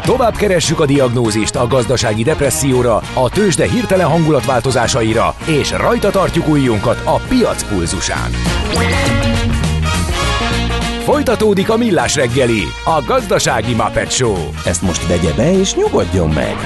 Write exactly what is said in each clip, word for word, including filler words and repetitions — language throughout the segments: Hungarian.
Tovább keressük a diagnózist a gazdasági depresszióra, a tőzsde hirtelen hangulatváltozásaira, és rajta tartjuk ujjunkat a piac pulzusán. Folytatódik a Millás reggeli, a gazdasági Muppet Show. Ezt most vegye be és nyugodjon meg!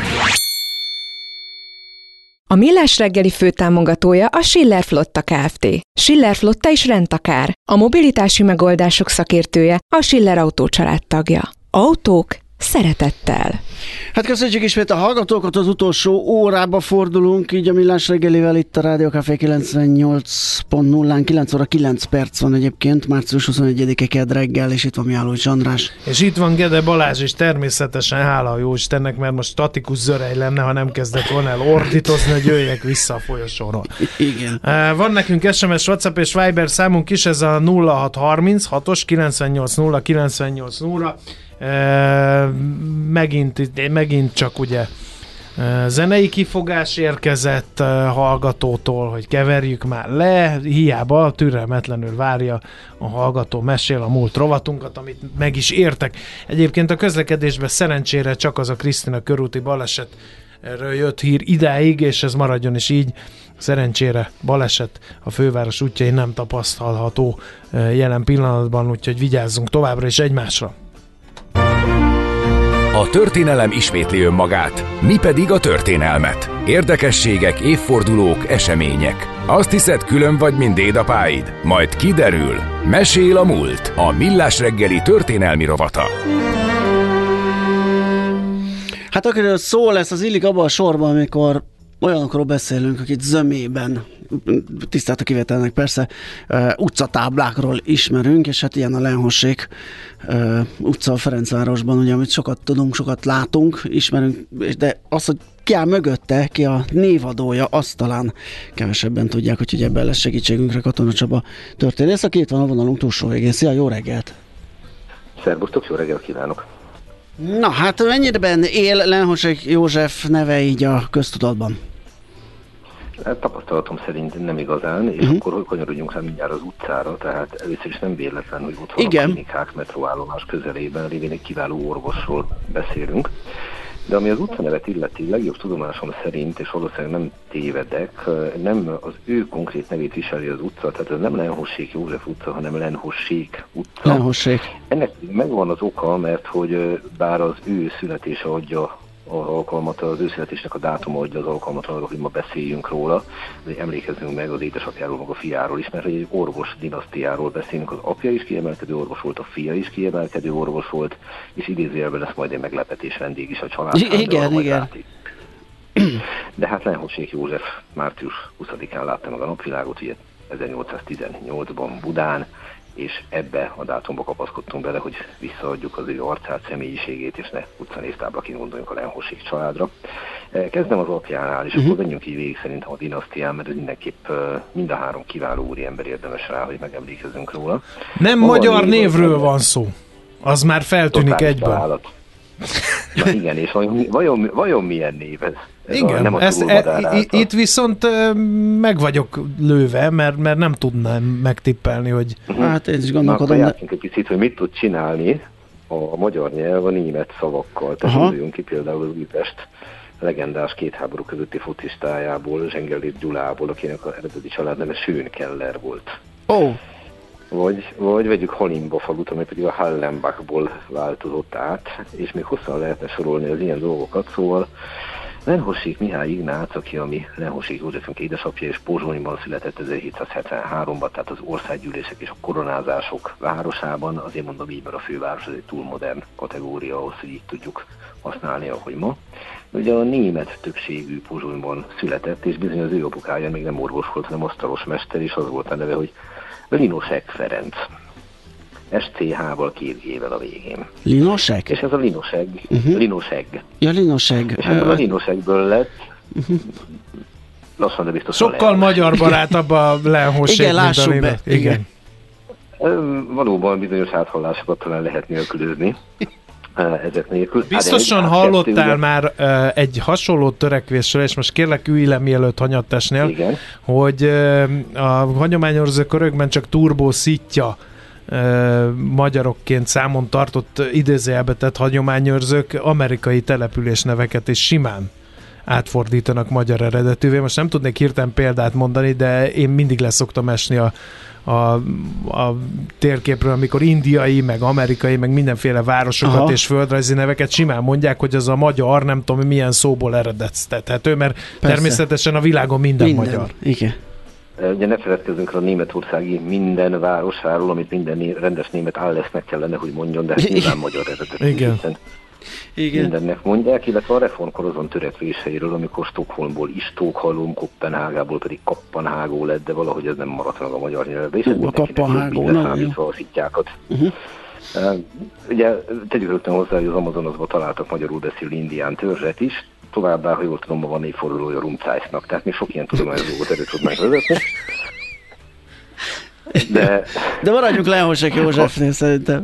A Millás reggeli főtámogatója a Schiller Flotta Kft. Schiller Flotta is rendtakár. A mobilitási megoldások szakértője, a Schiller Autó család tagja. Autók szeretettel. Hát köszönjük ismét a hallgatókat, az utolsó órába fordulunk, így a Millás reggelivel itt a Rádió Café kilencvennyolc pont nullán, kilenc óra kilenc perc van egyébként, március huszonegyedike kedd reggel, és itt van Mihálovics András. És itt van Gede Balázs, és természetesen hála a Jóistennek, mert most statikus zörej lenne, ha nem kezdett volna el ordítozni, hogy jöjjek vissza a folyosóról. Igen. Van nekünk es em es, WhatsApp és Viber számunk is, ez a nulla hat harminc hatos kilencvennyolc nulla kilencvennyolc nulla. Uh, megint, megint csak ugye uh, zenei kifogás érkezett uh, hallgatótól, hogy keverjük már le, hiába türelmetlenül várja a hallgató, mesél a múlt rovatunkat, amit meg is értek. Egyébként a közlekedésben szerencsére csak az a Krisztina körúti baleset, erről jött hír idáig, és ez maradjon is így. Szerencsére baleset a főváros útjain nem tapasztalható uh, jelen pillanatban, úgyhogy vigyázzunk továbbra is egymásra. A történelem ismétli önmagát, mi pedig a történelmet. Érdekességek, évfordulók, események. Azt hiszed, külön vagy, mint dédapáid? Majd kiderül. Mesél a múlt. A Millás reggeli történelmi rovata. Hát akiről szó lesz, az illik abban a sorban, amikor olyanokról beszélünk, akit zömében, tisztelt a kivételnek persze, uh, utcatáblákról ismerünk, és hát ilyen a Lenhossék uh, utca a Ferencvárosban, ugye, amit sokat tudunk, sokat látunk, ismerünk, de az, hogy ki áll mögötte, ki a névadója, azt talán kevesebben tudják, hogy ebben lesz segítségünkre Katona Csaba történész, aki itt van a vonalunk túlsó végén. Szia, jó reggelt! Szerbusztok, jó reggelt kívánok! Na hát mennyiben él Lenhossék József neve így a köztudatban? Tapasztalatom szerint nem igazán, és uh-huh. akkor kanyarodjunk rá mindjárt az utcára, tehát először is nem véletlen, hogy ott van a klinikák metróállomás közelében, lévén egy kiváló orvosról beszélünk. De ami az utcanevet illeti, legjobb tudomásom szerint, és valószínűleg nem tévedek, nem az ő konkrét nevét viseli az utca, tehát ez nem Lenhossék József utca, hanem Lenhossék utca. Lenhossék. Ennek megvan az oka, mert hogy bár az ő születése adja az alkalmat, az ő születésnek a dátuma adja az alkalmat arra, hogy ma beszéljünk róla, de emlékezzünk meg az édesapjáról, meg a fiáról is, mert egy orvos dinasztiáról beszélünk, az apja is kiemelkedő orvos volt, a fia is kiemelkedő orvos volt, és idézőjelben lesz majd egy meglepetés vendég is a családban. Igen, igen. De hát Lenhossék József március huszadikán látta meg a napvilágot, ugye ezernyolcszáztizennyolcban Budán, és ebbe a dátumba kapaszkodtunk bele, hogy visszaadjuk az ő arcát, személyiségét, és ne utcanévtáblaként gondoljunk a Lenhossék családra. Kezdem az apjánál, és uh-huh. akkor menjünk így végig szerintem a dinasztián, mert ez mindenképp mind a három kiváló úriember érdemes rá, hogy megemlékezzünk róla. Nem Maga magyar név névről az van szó. Az már feltűnik egyből. Na igen, és vajon, vajon, vajon milyen név ez? ez igen, a, nem ezt, e, itt viszont e, meg vagyok lőve, mert, mert nem tudnám megtippelni, hogy... Hát én is gondolkodom. Na, akkor egy picit, hogy mit tud csinálni a magyar nyelv a német szavakkal. Tehát gondoljunk ki például az Újpest legendás két háború közötti focistájából, Zsengelét Gyulából, akinek az eredeti családneve Schönkeller volt. Ó! Oh. Vagy, vagy vegyük Halimba falut, amely pedig a Hallenbachból változott át, és még hosszan lehetne sorolni az ilyen dolgokat, szóval Lenhossék Mihály Ignác, aki a mi Lenhossék Józsefünk édesapja, és Pozsonyban született ezerhétszázhetvenháromban, tehát az országgyűlések és a koronázások városában, azért mondom így, mert a főváros ez egy túl modern kategória ahhoz, hogy így tudjuk használni, ahogy ma. Ugye a német többségű Pozsonyban született, és bizony az ő apukája még nem orvos volt, hanem asztalos mester, és az volt a neve, hogy Linosek Ferenc. es cé há-val két G-vel a végén. Linosek? És ez a Linoseg. Uh-huh. Linoseg. Ja, Linoseg. És ebből a Linosegből lett uh-huh. lassan, de biztos sokkal magyar barátabb a Lenhossék. Igen, lássuk be. Igen. Igen. Valóban bizonyos áthallásokat talán lehet nélkülözni. Ezek nélkül. Biztosan hát, hallottál kettő, már uh, egy hasonló törekvésről, és most kérlek ülj le mielőtt hanyattesnél, hogy uh, a hagyományőrző körökben csak turbó szitja magyarokként számon tartott idézőjelbe tett hagyományőrzők amerikai településneveket is simán átfordítanak magyar eredetűvé. Most nem tudnék hirtelen példát mondani, de én mindig leszoktam esni a, a, a térképről, amikor indiai, meg amerikai, meg mindenféle városokat Aha. és földrajzi neveket simán mondják, hogy az a magyar, nem tudom milyen szóból eredeztethető, mert Persze. természetesen a világon minden, minden. magyar. Igen. Ugye ne feledkezzünk a németországi minden városáról, amit minden rendes német állesznek kellene, hogy mondjon, de nyilván magyar eredetű. Igen. Igen. Mindennek mondják, illetve a reformkor azon törekvéseiről, amikor Stockholmból is Stockholm, Kopenhágából pedig Kappanhágó lett, de valahogy ez nem maradt meg a magyar nyelvbe, és ez mindenkinek jobb számítva a szittyákat. Uh-huh. Uh, ugye tegyük rögtön hozzá, hogy az Amazonasban találtak magyarul beszélő indián törzset is, továbbá, ha jól tudom, van évfordulója Rumcájsznak, tehát még sok ilyen tudományos dolgot elő tudnánk vezetni. De, de maradjunk Lenhossek Józsefnél szerintem.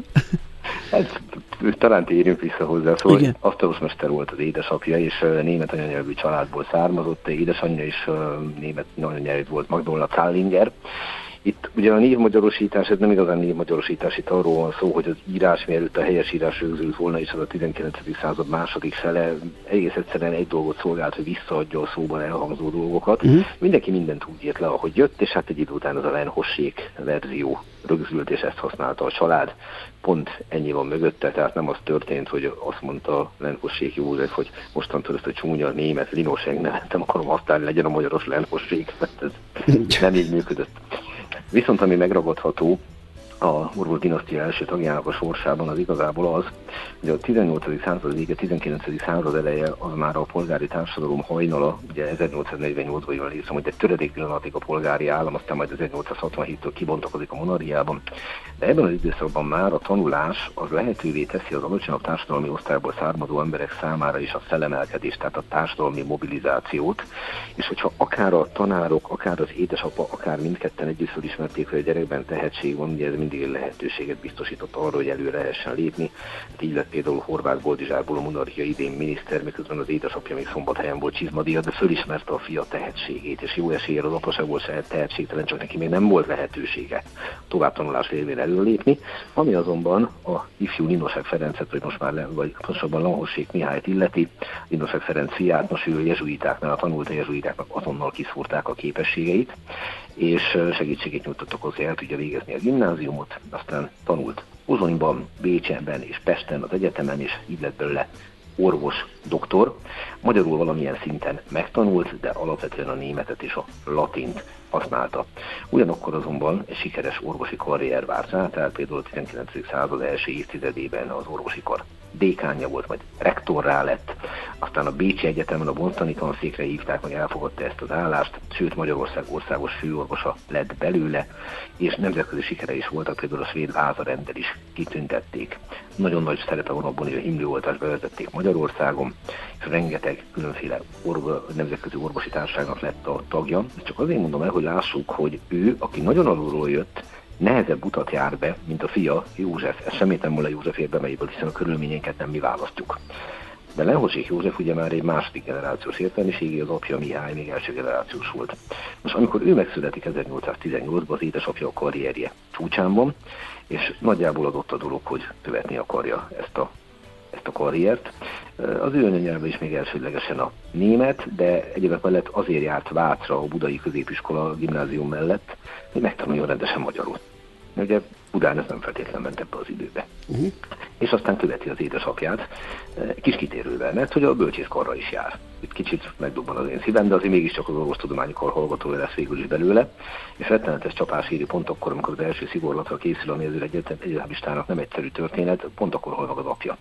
Hát, talán térjünk vissza hozzá, szóval Igen. asztalosmester volt az édesapja, és német anyanyelvű családból származott, édesanyja is német anyanyelvű volt, Magdolna Zallinger. Itt ugye a névmagyarosítás, ez nem igazán névmagyarosítás, itt arról van szó, hogy az írás, mielőtt a helyesírás rögzült volna, és az a tizenkilencedik század második fele egész egyszerűen egy dolgot szolgált, hogy visszaadja a szóban elhangzó dolgokat. Uh-huh. Mindenki mindent úgy írt le, ahogy jött, és hát egy idő után az a Lenhossék verzió rögzült, és ezt használta a család. Pont ennyi van mögötte, tehát nem az történt, hogy azt mondta Lenhossék József, hogy mostantól ezt a csúnya német Linoseg nevet nem akarom használni, legyen a magyaros Lenhossék, mert ez nem így működött. Viszont ami megragadható a orvos dinasztia első tagjának a sorsában, az igazából az, hogy a tizennyolcadik század vége, tizenkilencedik század eleje az már a polgári társadalom hajnala, ugye ezernyolcszáznegyvennyolcban jön létre, hogy egy töredék pillanatig a polgári állam, aztán majd ezernyolcszázhatvanhéttől kibontakozik a monarchiában. De ebben az időszakban már a tanulás az lehetővé teszi az alacsonyabb társadalmi osztályból származó emberek számára is a felemelkedést, tehát a társadalmi mobilizációt, és hogyha akár a tanárok, akár az édesapa, akár mindketten együtt felismerték, hogy a gyerekben tehetség van, ugye ez mindig lehetőséget biztosított arra, hogy előre lehessen lépni. Hát így lett például Horváth Boldizsárból a monarchia idén miniszter, miközben az édesapja még Szombathelyen volt csizmadia, de fölismerte a fia tehetségét, és jó eséllyel az apaság volt se tehetségtelen, csak neki még nem volt lehetősége továbbtanulás révén előlépni, ami azonban a ifjú Linosek Ferencet, vagy most már le, vagy pontosabban Lenhossék Mihályt illeti, Linosek Ferenc fiát, most ő a jezsuitáknál, a tanult a jezsuitáknak azonnal kiszúrták a képességeit, és segítségét nyújtottak hozzá, el tudja végezni a gimnáziumot, aztán tanult Uzsonyban, Bécsenben és Pesten az egyetemen, és így lett belőle orvos, doktor. Magyarul valamilyen szinten megtanult, de alapvetően a németet és a latint használta. Ugyanakkor azonban egy sikeres orvosi karrier várt rá, tehát például a tizenkilencedik század első évtizedében az orvosi kar dékánja volt, majd rektorrá lett, aztán a Bécsi Egyetemen a bontani tanszékre hívták, meg elfogadta ezt az állást, sőt Magyarország országos főorvosa lett belőle, és nemzetközi sikere is voltak, például a svéd Vázarendel is kitüntették. Nagyon nagy szerepe van abban, hogy a himlőoltást bevezették Magyarországon, és rengeteg különféle orvo, nemzetközi orvosi társaságnak lett a tagja. Csak azért mondom el, hogy lássuk, hogy ő, aki nagyon alulról jött, nehezebb utat jár be, mint a fia, József. Ez semmit nem mond le József érdemeiből, hiszen a körülményeket nem mi választjuk. De Lenhossék József ugye már egy második generációs értelmiségi, az apja Mihály még első generációs volt. Most amikor ő megszületik ezernyolcszáztizennyolcban, az édesapja a karrierje csúcsán van, és nagyjából adott a dolog, hogy követni akarja ezt a, ezt a karriert. Az ő anyanyelve is még elsődlegesen a német, de egyébként mellett azért járt Vácra a budai középiskola gimnázium mellett, hogy megtanuljon rendesen magyarul. Ugye Budán ez nem feltétlenül ment ebbe az időbe. Uh-huh. És aztán követi az édesapját, kis kitérővel, mert hogy a bölcsészkarra is jár. Itt kicsit megdobban az én szívem, de azért mégiscsak az orvostudományi kar hallgatója lesz végül is belőle, és rettenetes csapás éri pont akkor, amikor az első szigorlatra készül, ami az egyetemistának nem egyszerű történet, pont akkor hal meg az apja.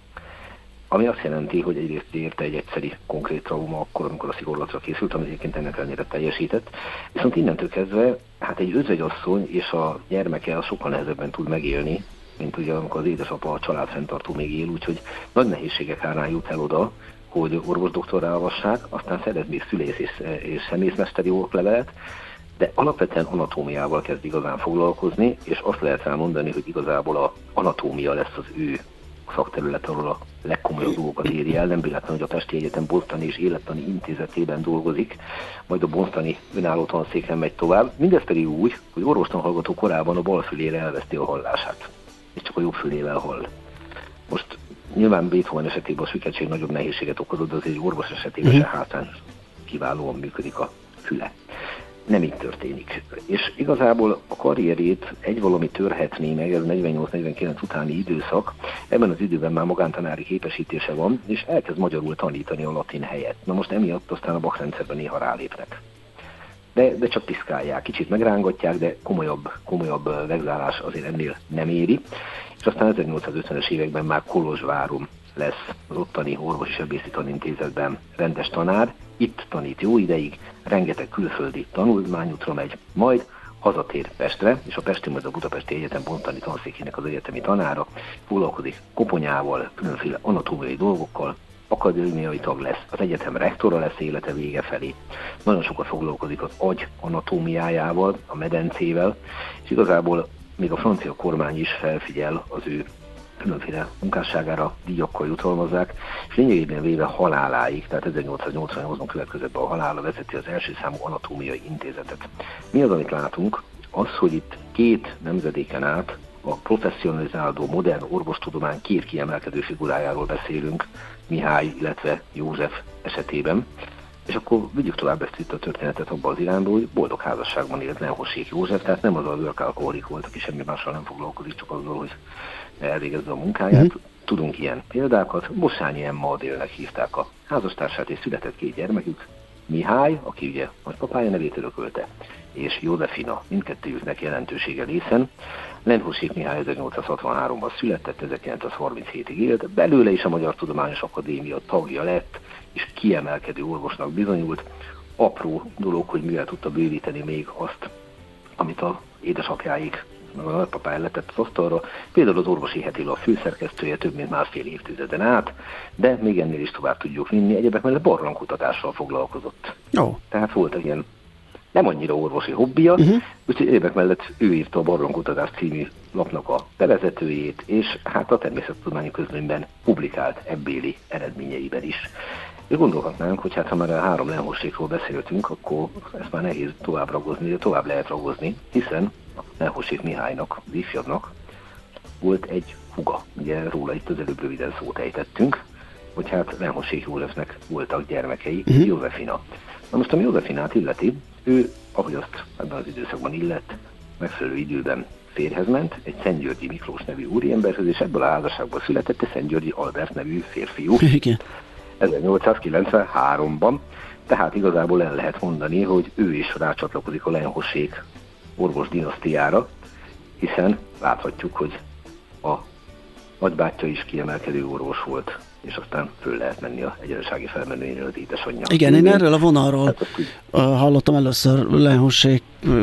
Ami azt jelenti, hogy egyrészt érte egy egyszeri konkrét trauma akkor, amikor a szigorlatra készült, ami egyébként ennek ellenére teljesített. Viszont innentől kezdve, hát egy özvegyasszony és a gyermeke az sokkal nehezebben tud megélni, mint ugye amikor az édesapa a családfenntartó még él, úgyhogy nagy nehézségek árán jut el oda, hogy orvosdoktorrá avassák, aztán szerez még szülész és, és szemészmesteri oklevelet, de alapvetően anatómiával kezd igazán foglalkozni, és azt lehet elmondani, hogy igazából a anatómia lesz az ő szakterület, ahol a legkomolyabb dolgokat éri el, nem véletlen, hogy a Pesti Egyetem Bostani és Élettani Intézetében dolgozik, majd a Bostani önálló tanszéken megy tovább. Mindez pedig úgy, hogy orvostanhallgató korában a bal fülére elveszti a hallását, és csak a jobb fülével hall. Most nyilván Beethoven esetében a süketség nagyobb nehézséget okozott, de az egy orvos esetében se hátán kiválóan működik a füle. Nem így történik. És igazából a karrierét egy valami törhetné meg, ez negyvennyolc-negyvenkilenc utáni időszak, ebben az időben már magántanári képesítése van, és elkezd magyarul tanítani a latin helyett. Na most emiatt aztán a Bach rendszerben néha rálépnek. De, de csak piszkálják, kicsit megrángatják, de komolyabb, komolyabb vegzálás azért ennél nem éri. És aztán ezernyolcszázötvenes években már Kolozsváron lesz az ottani orvosi sebészi tanintézetben rendes tanár, itt tanít jó ideig, rengeteg külföldi tanulmányútra megy, majd hazatér Pestre, és a Pesti majd a Budapesti Egyetem Bostani tanszékének az egyetemi tanára, foglalkozik koponyával, különféle anatómiai dolgokkal, akadémiai tag lesz, az egyetem rektora lesz élete vége felé. Nagyon sokat foglalkozik az agy anatómiájával, a medencével, és igazából még a francia kormány is felfigyel az ő különféle munkásságára, díjakkal jutalmazzák, és lényegében véve haláláig, tehát ezernyolcszáznyolcvannyolcban következett be a halála, vezeti az első számú anatómiai intézetet. Mi az, amit látunk? Az, hogy itt két nemzedéken át a professzionalizálódó modern orvostudomány két kiemelkedő figurájáról beszélünk, Mihály, illetve József esetében. És akkor vigyük tovább ezt itt a történetet abban az irányba, hogy boldog házasságban élt Lenhosség József, tehát nem az a workaholic volt, aki semmi mással nem foglalkozik, csak azzal, hogy elvégezze a munkáját. Mm-hmm. Tudunk ilyen példákat. Bossányi Emma Adélnek hívták a házastársát, és született két gyermekük. Mihály, aki ugye nagypapája nevét örökölte, és Józsefina, mindkettőjüknek jelentősége részen. Lenhosség Mihály ezernyolcszázhatvanháromban született, ezerkilencszázharminchétig élt, belőle is a Magyar Tudományos Akadémia tagja lett, és kiemelkedő orvosnak bizonyult. Apró dolog, hogy mivel tudta bővíteni még azt, amit a édesapjáik, meg a nagypapája letett az asztalra. Például az Orvosi Hetilap főszerkesztője több mint másfél évtizeden át, de még ennél is tovább tudjuk vinni. Egyebek mellett barlangkutatással foglalkozott. Oh. Tehát voltak ilyen nem annyira orvosi hobbija, uh-huh. úgyhogy évek mellett ő írta a Barlangkutatás című lapnak a bevezetőjét, és hát a Természettudományi Közlönyben publikált ebbéli eredményeiben is. És gondolhatnánk, hogy hát ha már a három Lenhosségról beszéltünk, akkor ezt már nehéz tovább ragozni, de tovább lehet ragozni, hiszen a Lenhosség Mihálynak, az ifjabbnak volt egy húga. Ugye róla itt az előbb röviden szót ejtettünk, hogy hát Lenhosség Józsefnek voltak gyermekei, uh-huh. Józsefina. Na most, ami Józsefinát illeti, ő, ahogy azt ebben az időszakban illett, megfelelő időben férjhez ment, egy Szentgyörgyi Miklós nevű úriemberhez, és ebből a házasságból született egy Szentgyörgyi Albert nevű férfiú. Igen. ezernyolcszázkilencvenháromban, tehát igazából el lehet mondani, hogy ő is rácsatlakozik a Lenhosség orvos dinasztiára, hiszen láthatjuk, hogy a nagybátyja is kiemelkedő orvos volt, és aztán föl lehet menni a egyenlősági felmenőjénél az édesanyja. Igen, én erről a vonalról hát, hallottam először Lenhosség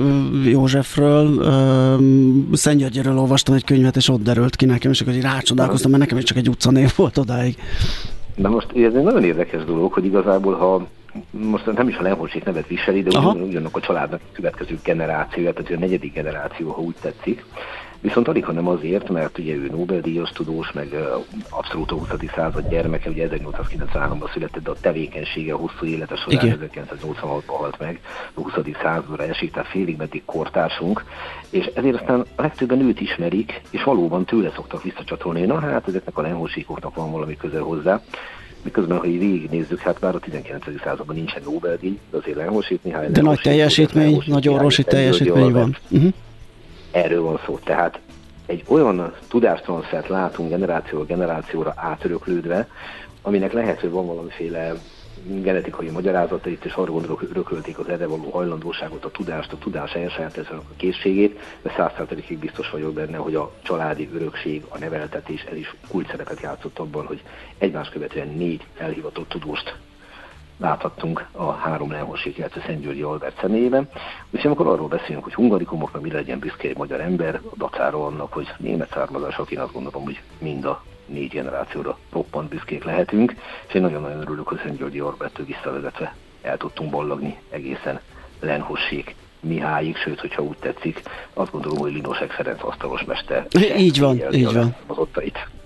Józsefről, Szentgyörgyről olvastam egy könyvet, és ott derült ki nekem, és akkor így rácsodálkoztam, mert nekem is csak egy utcanév volt odáig. Na most ez egy nagyon érdekes dolog, hogy igazából, ha most nem is a Lenhosség nevet viseli, de ugyan, ugyannak a családnak a következő generációja, tehát a negyedik generáció, ha úgy tetszik. Viszont alig, hanem azért, mert ugye ő Nobel-díjas tudós, meg abszolút a huszadik század gyermeke, ugye ezernyolcszázkilencvenháromban született, de a tevékenysége a hosszú élete során ezerkilencszáznyolcvanhatban halt meg, a huszadik századra esik, tehát félig meddig kortársunk, és ezért aztán a legtöbben őt ismerik, és valóban tőle szoktak visszacsatolni, na hát ezeknek a Lenhosségoknak van valami közel hozzá. Miközben, ha így végignézzük, hát bár a tizenkilencedik században nincsen Nobel-díj, de azért Lenhosség Mihály... De nagy teljesítmény, nagy orvosi teljesítmény van. Uh-huh. Erről van szó. Tehát egy olyan tudástranszfert látunk generációra generációra átöröklődve, aminek lehet, hogy van valamiféle genetikai magyarázata, itt és arra gondolok, örökölték az erre való hajlandóságot, a tudást, a tudás elsajátításának a készségét, de száz százalékig biztos vagyok benne, hogy a családi örökség, a neveltetés, ez is kulcsszerepet játszott abban, hogy egymás követően négy elhivatott tudóst láthattunk a három Lenhosség, illetve Szentgyörgyi Albert személyében. És amikor arról beszélünk, hogy hungarikumoknak mi legyen büszke egy magyar ember, a dacára annak, hogy német származások, én azt gondolom, hogy mind a négy generációra roppant büszkék lehetünk, és én nagyon-nagyon örülök, hogy Szentgyörgyi Alberttől visszavezetve el tudtunk ballagni egészen Lenhosség Mihályig, sőt, hogyha úgy tetszik, azt gondolom, hogy Linossek Ferenc asztalosmester. Így van, így van. Az ottait.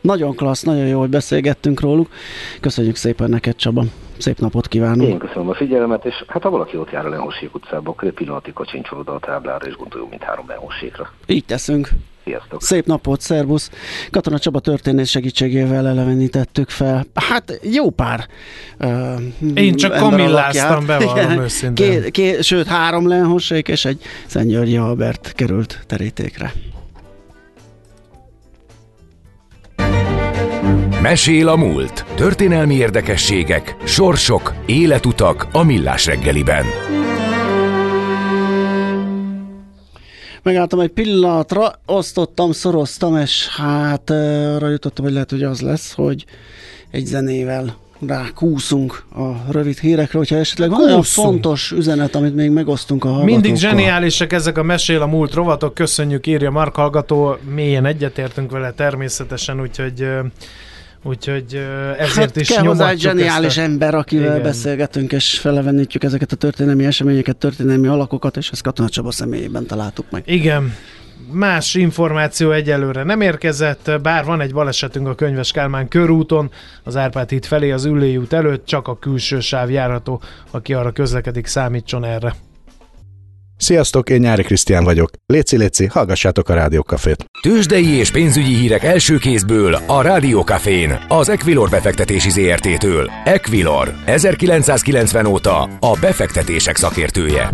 Nagyon klassz, nagyon jó, hogy beszélgettünk róluk. Köszönjük szépen neked, Csaba. Szép napot kívánunk. Én köszönöm a figyelmet, és hát ha valaki ott jár a Lehossék utcába, akkor egy pillanatig kacsincson oda a táblára, és gondoljunk, mint három Lehossékra. Így teszünk. Sziasztok. Szép napot, szervusz! Katona Csaba történész segítségével elevenítettük fel. Hát jó pár uh, Én csak kamilláztam, bevallom őszintén. Ké, ké, sőt, három Lehossék és egy Szentgyörgyi Albert került terítékre. Mesél a múlt. Történelmi érdekességek, sorsok, életutak a Millás reggeliben. Megálltam egy pillanatra, osztottam, szoroztam, és hát arra jutottam, hogy lehet, hogy az lesz, hogy egy zenével rákúszunk a rövid hírekre, hogyha esetleg van olyan fontos üzenet, amit még megosztunk a hallgatókkal. Mindig zseniálisak ezek a Mesél a múlt rovatok, köszönjük, írja Mark hallgató, mélyen egyetértünk vele természetesen, úgyhogy úgyhogy ezért hát is kell hozzá egy a... zseniális ember, akivel Igen. beszélgetünk, és felevenítjük ezeket a történelmi eseményeket, történelmi alakokat, és ezt Katona Csaba személyében találtuk meg. Igen. Más információ egyelőre nem érkezett, bár van egy balesetünk a Könyves Kálmán körúton, az Árpád híd felé az Üllői út előtt, csak a külső sáv járható, aki arra közlekedik, számítson erre. Sziasztok, én Nyári Krisztián vagyok. Léci, léci, hallgassátok a Rádiókafét. Tőzsdei és pénzügyi hírek első kézből a Rádiókafén, az Equilor befektetési zé er té-től. Equilor, ezerkilencszázkilencven óta a befektetések szakértője.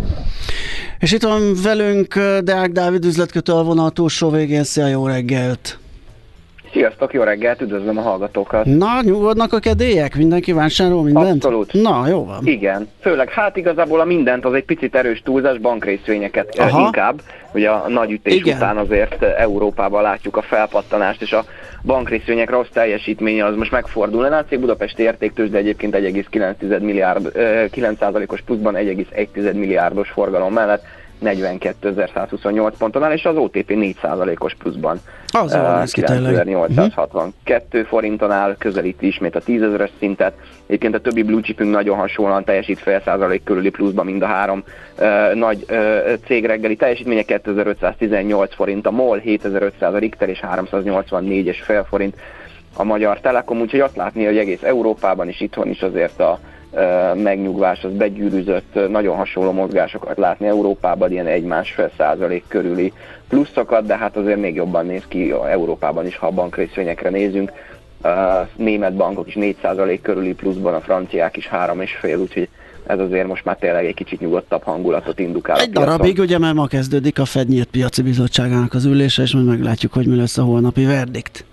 És itt van velünk Deák Dávid üzletkötő a vonal túlsó végén. Szia, jó reggelt! Sziasztok, jó reggelt, üdvözlöm a hallgatókat! Na, nyugodnak a kedélyek? Minden kívánságról mindent? Abszolút. Na, jó van. Igen, főleg hát igazából a mindent az egy picit erős túlzás, bankrészvényeket Aha. inkább. Ugye a nagy ütés Igen. után azért Európában látjuk a felpattanást, és a bankrészvények rossz teljesítménye az most megfordul. A cég Budapesti Értéktőzsde egyébként egy egész kilenc milliárd, kilenc százalékos pluszban egy egész egy milliárdos forgalom mellett negyvenkétezer-százhuszonnyolc ponton áll, és az o té pé négy százalékos pluszban. Az uh, kilencezer-nyolcszázhatvankettő uh-huh. forinton áll, közelíti ismét a tízezeres szintet. Egyébként a többi blue chipünk nagyon hasonlóan teljesít fél százalék körüli pluszban, mind a három uh, nagy uh, cég reggeli teljesítménye. kétezer-ötszáztizennyolc forint a MOL, hétezer-ötszáz a Richter és háromszáznyolcvannégy egész öt forint a Magyar Telekom, úgyhogy azt látni, hogy egész Európában is, itthon is azért a megnyugvás, az begyűrűzött, nagyon hasonló mozgásokat látni Európában, ilyen egy-másfél százalék körüli pluszokat, de hát azért még jobban néz ki Európában is, ha a bankrészvényekre nézünk. A német bankok is négy százalék körüli pluszban, a franciák is három egész öt, úgyhogy ez azért most már tényleg egy kicsit nyugodtabb hangulatot indukál. Egy darabig, ugye, mert ma kezdődik a Fed nyílt piaci bizottságának az ülése, és majd meglátjuk, hogy mi lesz a holnapi verdikt.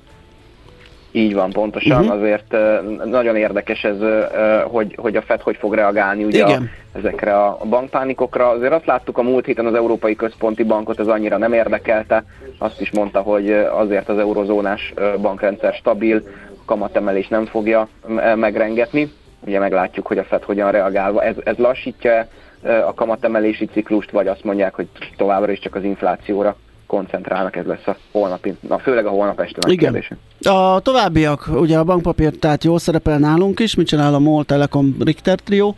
Így van, pontosan, uh-huh. azért uh, nagyon érdekes ez, uh, hogy, hogy a Fed hogy fog reagálni ugye a, ezekre a bankpánikokra. Azért azt láttuk a múlt héten, az Európai Központi Bankot ez annyira nem érdekelte, azt is mondta, hogy azért az eurozónás bankrendszer stabil, a kamatemelés nem fogja megrengetni. Ugye meglátjuk, hogy a Fed hogyan reagálva. Ez, ez lassítja a kamatemelési ciklust, vagy azt mondják, hogy továbbra is csak az inflációra koncentrálnak, ez lesz a holnapi, na főleg a holnap este nagy kérdése. A továbbiak, ugye a bankpapír, tehát jól szerepel nálunk is, mit csinál a MOL, Telekom, Richter trió?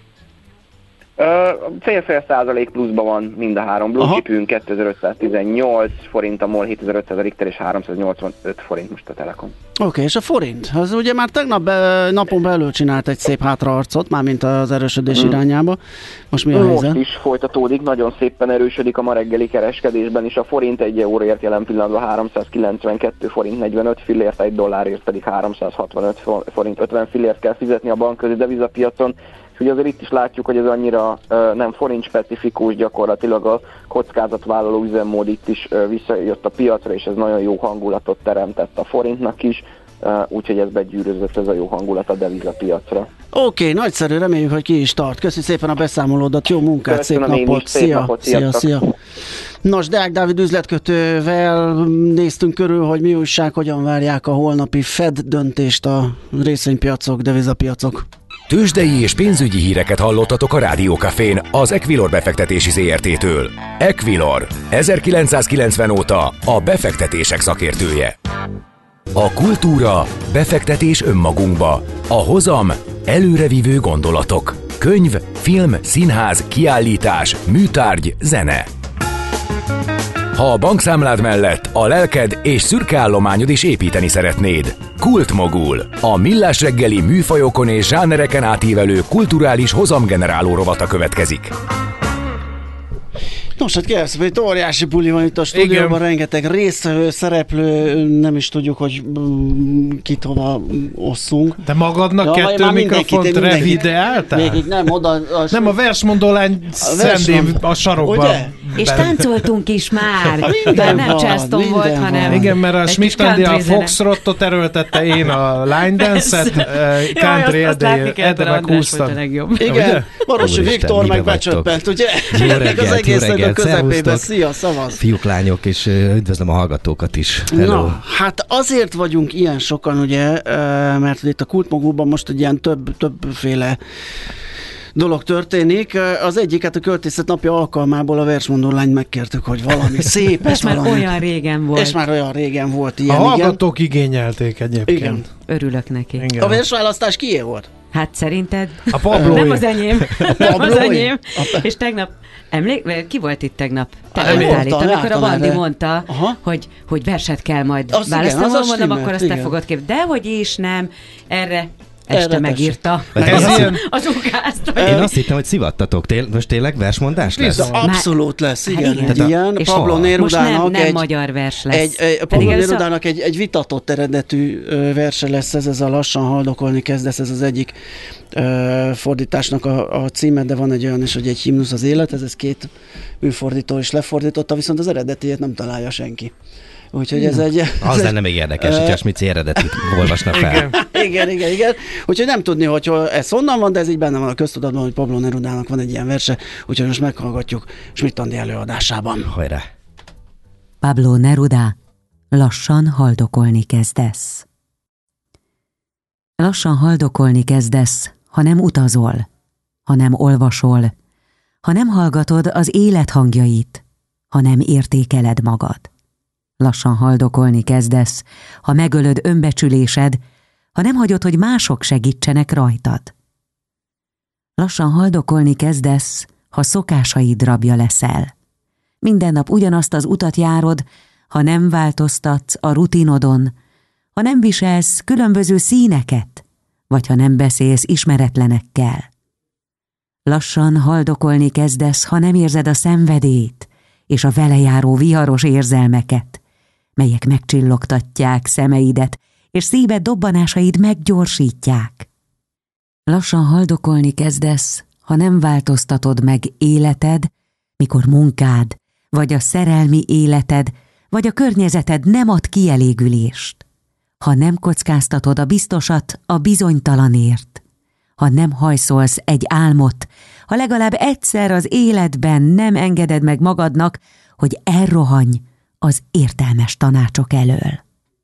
Fél-fél százalék pluszban van mind a három blue chipünk, kétezer-ötszáztizennyolc forint a MOL, hétezer-ötszáz a Richter és háromszáznyolcvanöt forint most a Telekom. Oké, okay, és a forint? Az ugye már tegnap be, napon belül csinált egy szép hátraarcot, mármint az erősödés mm. irányába. Most mi a Most helyzet? is folytatódik, nagyon szépen erősödik a ma reggeli kereskedésben is. A forint egy euróért jelen pillanatban háromszázkilencvenkettő forint negyvenöt fillért, egy dollárért pedig háromszázhatvanöt forint ötven fillért kell fizetni a bankközi devizapiacon. És ugye azért itt is látjuk, hogy ez annyira uh, nem forint specifikus, gyakorlatilag a kockázatvállaló üzemmód itt is uh, visszajött a piacra, és ez nagyon jó hangulatot teremtett a forintnak is, uh, úgyhogy ez begyűrözött ez a jó hangulat a devizapiacra. Oké, okay, nagyszerű, reméljük, hogy ki is tart. Köszi szépen a beszámolódat, jó munkát, Köszönöm, szép napot, is, szép szia, napot, szia, szia. Nos, Deák Dávid üzletkötővel néztünk körül, hogy mi újság, hogyan várják a holnapi Fed döntést a részvénypiacok, devizapiacok. Tőzsdei és pénzügyi híreket hallottatok a Rádiókafén az Equilor befektetési zé er té-től. Equilor, ezerkilencszázkilencven óta a befektetések szakértője. A kultúra, befektetés önmagunkba, a hozam, előrevívő gondolatok, könyv, film, színház, kiállítás, műtárgy, zene. Ha a bankszámlád mellett a lelked és szürke állományod is építeni szeretnéd, Kultmogul. A Millás reggeli műfajokon és zsánereken átívelő kulturális hozamgeneráló rovata következik. Nos, hát kérsz, hogy óriási buli van itt a stúdióban, rengeteg résztvevő, szereplő, nem is tudjuk, hogy kit hova osszunk. De magadnak ja, kettő mikrofont revideáltál? Végig nem, oda... A nem, a versmondó lány szendén a sarokban. És táncoltunk is már. Bár nem Charleston volt, hanem... Igen, mert a Schmidt-Andi a Foxtrottot erőltette, én a line dance-et, country edemek húztam. Igen, Barosi Viktor meg becsöppent, ugye? Az egész a közepébe. Szia, szavaz! Fiúk, lányok, és üdvözlöm a hallgatókat is. Hello. Na, hát azért vagyunk ilyen sokan, ugye, mert itt a Kultmogulban most egy ilyen több, többféle dolog történik. Az egyik, hát a Költészet Napja alkalmából a versmondó lányt megkértük, hogy valami szép. És már olyan régen volt. És már olyan régen volt ilyen. A hallgatók igen. igényelték egyébként. Igen. Örülök neki. Igen. A versválasztás kié volt? Hát szerinted? A Pablói. Nem az enyém. Nem az enyém. És tegnap, emlék, ki volt itt tegnap? Te voltál itt, amikor a Bandi mondta, hogy, hogy verset kell majd választani. Az mondom, akkor azt te fogod képni. De hogy is nem, erre este megírta Ez ilyen... az ukázt. Én azt hittem, hogy szivattatok. Tél, most tényleg versmondás lesz? Bizony. Abszolút lesz, igen. Hát igen. ilyen. Pablo Nerudának nem, nem egy, magyar vers lesz. Egy, egy, Pablo Nerudának egy, egy vitatott eredetű verse lesz ez, ez a Lassan haldokolni kezdesz, ez az egyik ö, fordításnak a, a címe, de van egy olyan is, hogy egy himnusz az élet, ez, ez két műfordító is lefordította, viszont az eredetiét nem találja senki. Úgyhogy ez egy... Az ez lenne még érdekes, hogy a Smici eredetit olvasna fel. Igen, igen, igen, igen. Úgyhogy nem tudni, hogy ez honnan van, de ez így benne van a köztudatban, hogy Pablo Nerudának van egy ilyen verse, úgyhogy most meghallgatjuk Schmidt-Andi előadásában. Hajrá! Pablo Neruda, lassan haldokolni kezdesz. Lassan haldokolni kezdesz, ha nem utazol, ha nem olvasol, ha nem hallgatod az élet hangjait, ha nem értékeled magad. Lassan haldokolni kezdesz, ha megölöd önbecsülésed, ha nem hagyod, hogy mások segítsenek rajtad. Lassan haldokolni kezdesz, ha szokásaid rabja leszel. Minden nap ugyanazt az utat járod, ha nem változtatsz a rutinodon, ha nem viselsz különböző színeket, vagy ha nem beszélsz ismeretlenekkel. Lassan haldokolni kezdesz, ha nem érzed a szenvedélyt és a vele járó viharos érzelmeket, melyek megcsillogtatják szemeidet, és szíved dobbanásaid meggyorsítják. Lassan haldokolni kezdesz, ha nem változtatod meg életed, mikor munkád, vagy a szerelmi életed, vagy a környezeted nem ad kielégülést. Ha nem kockáztatod a biztosat a bizonytalanért, ha nem hajszolsz egy álmot, ha legalább egyszer az életben nem engeded meg magadnak, hogy elrohanj az értelmes tanácsok elől.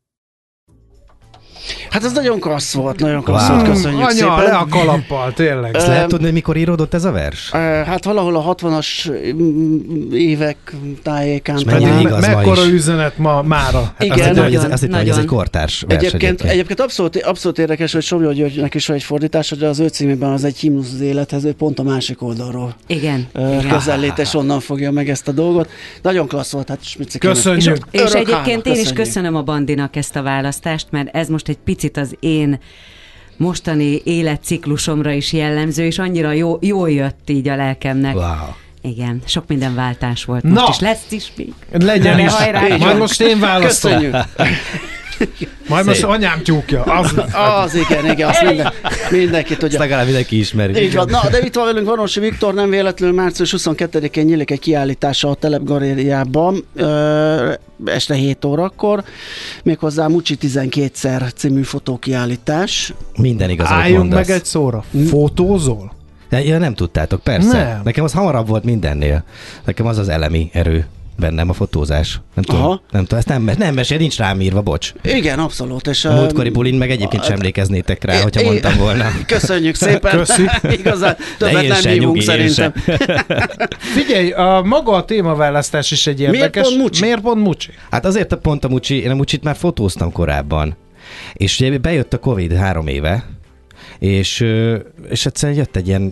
Hát ez nagyon klassz volt, nagyon klassz volt, köszönjük Anya, szépen. le a kalappal, tényleg. Ezt lehet tudni, hogy mikor íródott ez a vers? Hát valahol a hatvanas évek tájékán. Mekkora üzenet ma mára? Igen, azt nagyon, hittem, hogy ez, azt hogy ez egy kortárs vers egyébként. Egyébként, egyébként abszolút, abszolút érdekes, hogy Somjó Györgynek is van egy fordítás, hogy az ő címében az egy himnusz az élethez, ő pont a másik oldalról Igen. közelít, és onnan fogja meg ezt a dolgot. Nagyon klassz volt, hát Smici. Köszönjük. És, és egyébként én is köszönöm a Bandinak ezt a választást, mert ez most egy picit az én mostani életciklusomra is jellemző, és annyira jó, jól jött így a lelkemnek. Wow. Igen, sok minden váltás volt. Na. Most is lesz is még. Legyen is. Hajrá. Majd most én választom. Köszönjük. Majd most anyám tyúkja. Az, az igen, igen, azt minden, mindenki tudja. Ezt legalább mindenki ismeri. Így van. Na, de itt van velünk Varnosi Viktor, nem véletlenül március huszonkettedikén nyílik egy kiállítása a Telepgalériában, ö, este hét órakor, méghozzá Mucsi tizenkétszer című fotókiállítás. Minden igaz, amit álljunk mondasz. meg egy szóra. Fotózol? Ja, ja, nem tudtátok, persze. Nem. Nekem az hamarabb volt mindennél. Nekem az az elemi erő bennem, a fotózás. Nem tudom, Aha. nem tudom, ezt nem, nem mesél, nincs rám írva, bocs. Igen, abszolút. És A múltkori bulin meg egyébként sem emlékeznétek rá, hogyha mondtam volna. Köszönjük szépen. Köszi. Igazán többet nem hívunk szerintem. Figyelj, a maga a témaválasztás is egy érdekes. Miért pont Mucsi? Miért pont Mucsi? Hát azért pont a Mucsi, én a Mucsit már fotóztam korábban. És ugye bejött a Covid három éve, és, és egyszerűen jött egy ilyen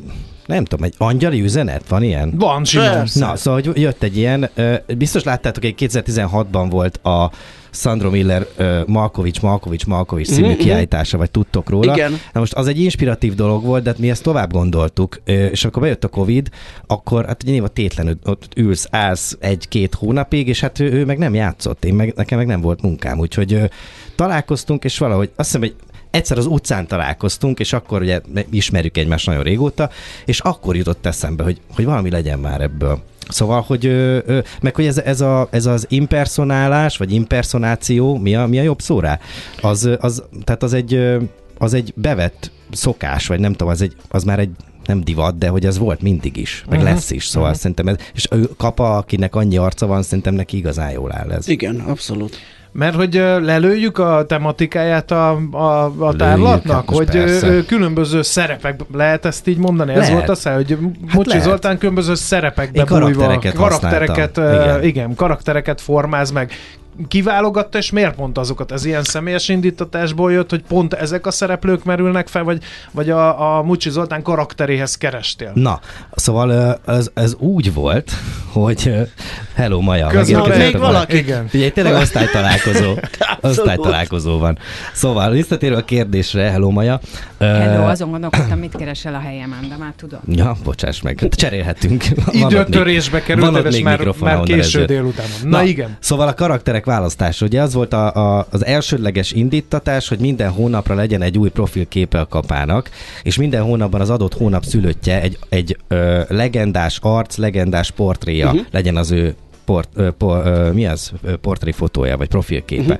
nem tudom, egy angyali üzenet, van ilyen? Van, simán. Na, szóval hogy jött egy ilyen, biztos láttátok, hogy kétezer-tizenhatban volt a Sandro Miller uh, Malkovics, Malkovics, Malkovics című mm-hmm. kiállítása, vagy tudtok róla. Igen. Na most az egy inspiratív dolog volt, de mi ezt tovább gondoltuk, és akkor bejött a Covid, akkor hát ugye nyilván tétlenül ott ülsz, állsz egy-két hónapig, és hát ő, ő meg nem játszott, én meg, nekem meg nem volt munkám, úgyhogy uh, találkoztunk, és valahogy azt hiszem, hogy egyszer az utcán találkoztunk, és akkor ugye ismerjük egymást nagyon régóta, és akkor jutott eszembe, hogy, hogy valami legyen már ebből. Szóval, hogy ö, ö, meg hogy ez, ez, a, ez az impersonálás, vagy impersonáció, mi a, mi a jobb szó rá? Az, az, tehát az egy, az egy bevett szokás, vagy nem tudom, az, egy, az már egy nem divat, de hogy az volt mindig is, meg uh-huh. lesz is, szóval uh-huh. szerintem ez, és ő Kapa, akinek annyi arca van, szerintem neki igazán jól áll ez. Igen, abszolút. Mert hogy lelőjük a tematikáját a, a, a tárlatnak, hogy persze. különböző szerepek, lehet ezt így mondani? Lehet. Ez volt az, hogy Mucsi hát Zoltán különböző szerepekbe bújva, karaktereket, igen. igen, karaktereket formáz meg. Kiválogatta, és miért pont azokat? Ez ilyen személyes indítatásból jött, hogy pont ezek a szereplők merülnek fel, vagy, vagy a, a Mucsi Zoltán karakteréhez kerestél? Na, szóval ez, ez úgy volt, hogy hello Maja. Közben még valaki. Igen. Figyelj, tényleg osztálytalálkozó. osztálytalálkozó van. Szóval visszatérve a kérdésre, hello Maja. Hello, uh, azon gondolkodtam, mit keresel a helyemen, de már tudom. Ja, bocsáss meg, cserélhetünk. Időtörésbe került, és már, már késő délután. Na, Na igen. Szóval a karakterek választása. Ugye az volt a, a, az elsődleges indítatás, hogy minden hónapra legyen egy új profilképe a Kapának, és minden hónapban az adott hónap szülöttje egy, egy ö, legendás arc, legendás portréja uh-huh. legyen az ő Port, ö, por, ö, mi az? Portréfotója, vagy profilképe. Uh-huh.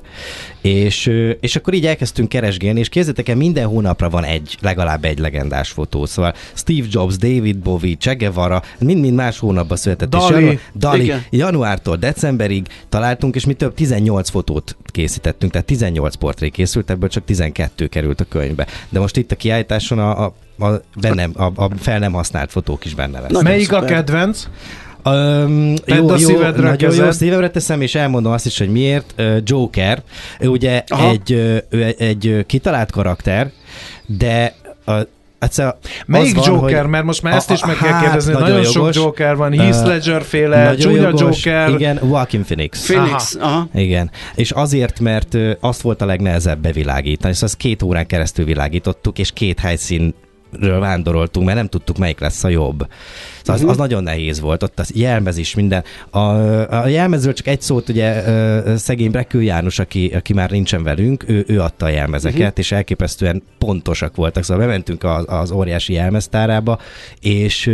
És, ö, és akkor így elkezdtünk keresgélni, és képzeljétek el, minden hónapra van egy, legalább egy legendás fotó. Szóval Steve Jobs, David Bowie, Che Guevara, mind-mind más hónapban született. Dali. És janu- Dali. Januártól decemberig találtunk, és mi több tizennyolc fotót készítettünk, tehát tizennyolc portré készült, ebből csak tizenkettő került a könyvbe. De most itt a kiállításon a, a, a, bennem, a, a fel nem használt fotók is benne lesznek. Melyik a kedvenc? Um, jó, jó, nagyon jó szívemre teszem, és elmondom azt is, hogy miért. Uh, Joker, ő ugye egy, ő egy, egy kitalált karakter, de uh, egyszer melyik van, Joker? hogy Mert most már ezt is meg kell hát, kérdezni. Nagyon, nagyon sok Joker van. Heath Ledger féle, Julia Joker. Igen, Joaquin Phoenix. Phoenix, aha. aha. Igen. És azért, mert uh, azt volt a legnehezebb bevilágítani. Szóval ezt két órán keresztül világítottuk, és két helyszín ről vándoroltunk, mert nem tudtuk, melyik lesz a jobb. Szóval az, az nagyon nehéz volt, ott az jelmezés minden. A, a jelmezről csak egy szót, ugye szegény Brekő János, aki, aki már nincsen velünk, ő, ő adta a jelmezeket, uh-huh. és elképesztően pontosak voltak. Szóval bementünk az, az óriási jelmeztárába, és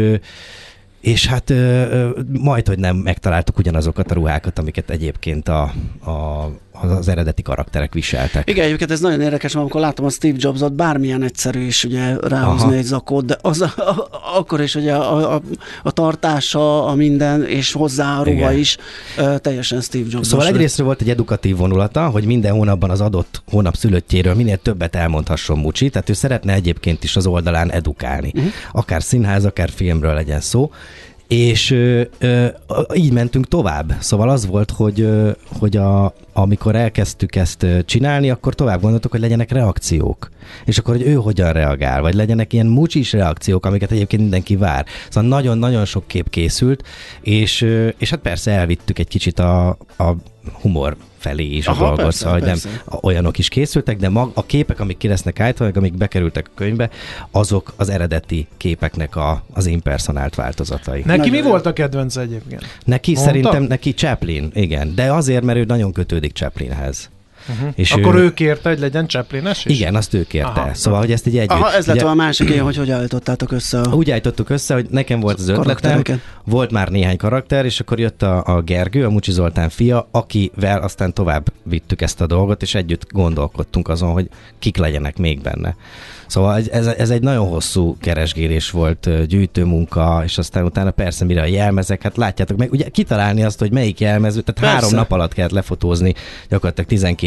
és hát ö, ö, majd, hogy nem megtaláltuk ugyanazokat a ruhákat, amiket egyébként a, a, az eredeti karakterek viseltek. Igen, egyébként ez nagyon érdekes, amikor látom a Steve Jobsot, bármilyen egyszerű is ugye ráhozni Aha. egy zakót, de az a, a, akkor is ugye a, a, a tartása, a minden, és hozzá a ruha Igen. is ö, teljesen Steve Jobs. Szóval egyrésztről volt egy edukatív vonulata, hogy minden hónapban az adott hónap szülöttjéről minél többet elmondhasson Mucsi, tehát ő szeretne egyébként is az oldalán edukálni. Uh-huh. Akár színház, akár filmről legyen szó. És ö, ö, így mentünk tovább. Szóval az volt, hogy, ö, hogy a, amikor elkezdtük ezt csinálni, akkor tovább gondoltuk, hogy legyenek reakciók. És akkor, hogy ő hogyan reagál, vagy legyenek ilyen mucsis reakciók, amiket egyébként mindenki vár. Szóval nagyon-nagyon sok kép készült, és, ö, és hát persze elvittük egy kicsit a, a humor felé is Aha, a dolgot, persze, szóval persze. nem olyanok is készültek, de mag, a képek, amik ki lesznek állítva, amik bekerültek a könyvbe, azok az eredeti képeknek a, az impersonált változatai. Neki nagyon mi jó. volt a kedvenc egyébként? Neki Mondta? Szerintem neki Chaplin, igen, de azért, mert ő nagyon kötődik Chaplinhez. Uh-huh. És Akkor ő... ő kérte, hogy legyen Chaplin-es is? Igen, azt ő kérte. Aha. Szóval, hogy ezt így együtt... Aha, ez lett ugye... a másik ilyen, hogy hogy állítottátok össze a... Úgy állítottuk össze, hogy nekem volt az ötletem, volt már néhány karakter, és akkor jött a, a Gergő, a Mucsi Zoltán fia, akivel aztán tovább vittük ezt a dolgot, és együtt gondolkodtunk azon, hogy kik legyenek még benne. Szóval ez, ez egy nagyon hosszú keresgélés volt, gyűjtőmunka, és aztán utána persze mire a jelmezek, hát látjátok meg, ugye kitalálni azt, hogy melyik jelmező, tehát persze. három nap alatt kellett lefotózni gyakorlatilag tizenkét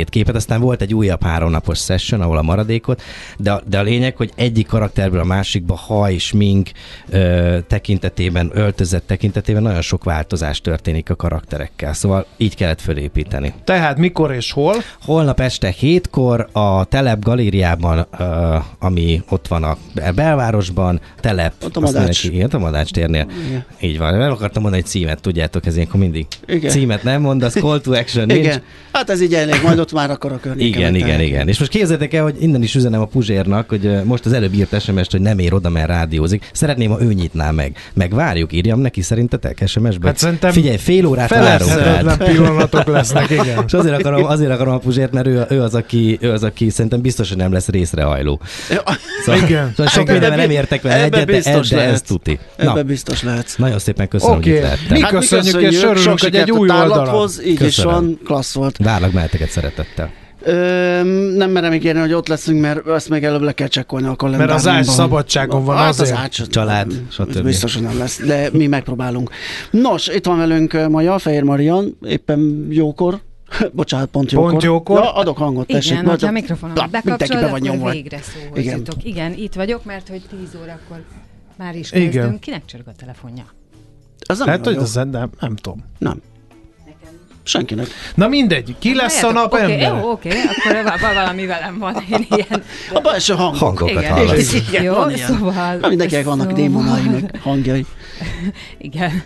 két képet, aztán volt egy újabb háromnapos session, ahol a maradékot, de a, de a lényeg, hogy egyik karakterből a másikba haj, smink ö, tekintetében, öltözet tekintetében nagyon sok változás történik a karakterekkel, szóval így kellett fölépíteni. Tehát mikor és hol? Holnap este hétkor a Telep galériában, ö, ami ott van a belvárosban, Telep. Ott a Madács. Igen, a Madács térnél. Igen. Így van. Nem akartam mondani egy címet, tudjátok, ez ilyenkor mindig. Igen. Címet nem mondasz, call to action nincs. Igen. Hát ez így elég, majd ott már akar a környéken. Igen, igen, igen. És most képzeljétek el, hogy innen is üzenem a Puzsérnak, hogy most az előbb írt es em est, hogy nem ér oda, mert rádiózik. Szeretném, ha ő nyitná meg. Megvárjuk, írjam neki szerintetek es em esben. Hát szerintem figyelj, fél órát várunk rád. Pillanatok lesznek, igen. És azért akarom, azért akarom a Puzsért, mert ő, ő, az, aki, ő az, aki szerintem biztos, hogy nem lesz részrehajló. Szóval, igen. Szóval sok mindenben nem értek vele egyet, de, de ez tuti. Ebbe biztos lehet. Nagyon szépen köszönöm, okay. hogy itt lehettem. Mi hát köszönjük, és örülünk, hogy egy új oldalon. Így is van, klassz volt. Várlak meheteket szeretettel. Ö, nem merem ígérni, hogy ott leszünk, mert ezt még előbb le kell csekkolni a kalendárunkban. Mert az ács szabadságon van hát azért. Az ács, család, stb. Biztos, hogy nem lesz, de mi megpróbálunk. Nos, itt van velünk Maja, Fehér Marian, éppen jókor. Bocsánat, pont jókor. Pont jókor. Ja, adok hangot, tessék. Igen, hogyha a mikrofonomat bekapcsolod, akkor nyomva. végre szóhoz Igen. jutok. Igen, itt vagyok, mert hogy tíz órakor már is Igen. kezdünk. Kinek csörög a telefonja? Az nem hát, hogy az nem, nem tudom. Nem. Senkinek. Na mindegy, ki lesz a nap okay, ember? Jó, oké, okay, akkor valami velem van, én ilyen. A belső hangok. Hangokat igen, hallasz. Igen, jó, van ilyen. szóval... Na, mindenkinek vannak szóval... démonai, meg hangjai. Igen.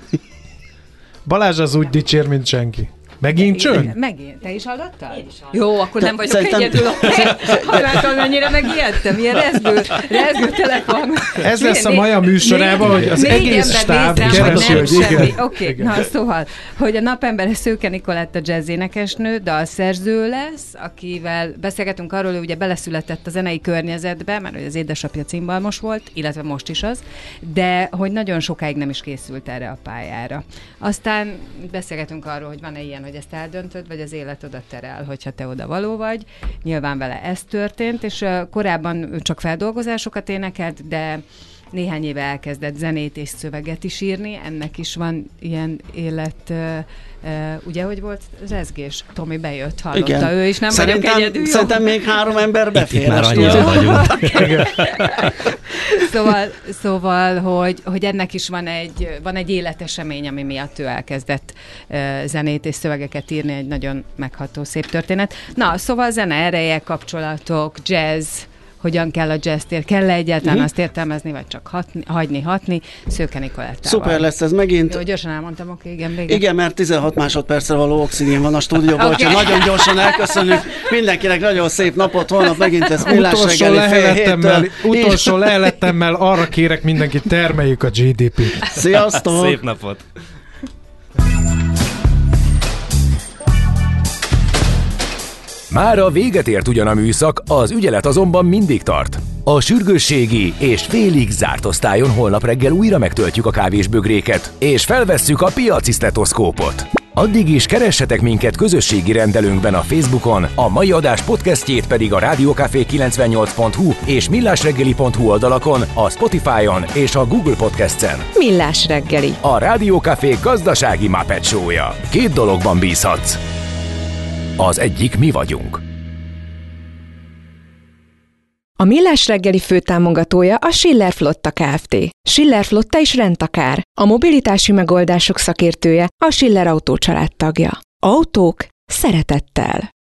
Balázs az úgy dicsér, mint senki. Megint csönd? Megint. Te is hallottál? Én is hallottam. Jó, akkor nem vagyok Szerintem... egyedül. Hallottam, mennyire megijedtem. Ilyen rezgő, rezgő telefon. Ez lesz a Maja műsorában, hogy az egész stáb keresi, hogy igen. Oké, na szóval, hogy a napember Szőke Nikolett a jazz énekesnő, dalszerző lesz, akivel beszélgetünk arról, hogy ugye beleszületett a zenei környezetbe, mert az édesapja cimbalmos volt, illetve most is az, de hogy nagyon sokáig nem is készült erre a pályára. Aztán beszélgetünk arról, hogy van-e ilyen, hogy ezt eldöntöd, vagy az élet oda terel, hogyha te oda való vagy. Nyilván vele ez történt, és uh, korábban csak feldolgozásokat énekelt, de néhány éve elkezdett zenét és szöveget is írni, ennek is van ilyen élet, uh, uh, ugye, hogy volt rezgés? Tomi bejött, hallotta, igen. Ő is nem szerintem, vagyok egyedül. Szerintem még három ember befér. Itt már annyian vagyunk. szóval, szóval hogy, hogy ennek is van egy, van egy életesemény, ami miatt ő elkezdett uh, zenét és szövegeket írni, egy nagyon megható, szép történet. Na, szóval zene ereje, kapcsolatok, jazz, hogyan kell a jazzt ér, kell-e egyáltalán uh-huh. azt értelmezni, vagy csak hatni, hagyni hatni, Szőke Nikolettával. Szuper lesz ez megint. Jó, gyorsan elmondtam, oké, igen, vége. Igen, mert tizenhat másodpercre való oxigén van a stúdióban, okay. Hogyha nagyon gyorsan elköszönjük. Mindenkinek nagyon szép napot, holnap megint lesz Millás reggeli fél héttől. Utolsó lehelettemmel arra kérek mindenkit, termeljük a gé dé pét. Sziasztok! Szép napot! Mára véget ért ugyan a műszak, az ügyelet azonban mindig tart. A sürgősségi és félig zárt osztályon holnap reggel újra megtöltjük a kávésbögréket, és felvesszük a piaci sztetoszkópot. Addig is keressetek minket közösségi rendelőnkben a Facebookon, a mai adás podcastjét pedig a rádiókafé kilencvennyolc pont hu és millásreggeli pont hu oldalakon, a Spotify-on és a Google Podcast-en. Millás reggeli. A Rádiókafé gazdasági Muppet show-ja. Két dologban bízhatsz. Az egyik mi vagyunk. A Millás reggeli főtámogatója a Schiller Flotta Kft. Schiller Flotta és rendtakár. A mobilitási megoldások szakértője, a Schiller Autó család tagja. Autók szeretettel.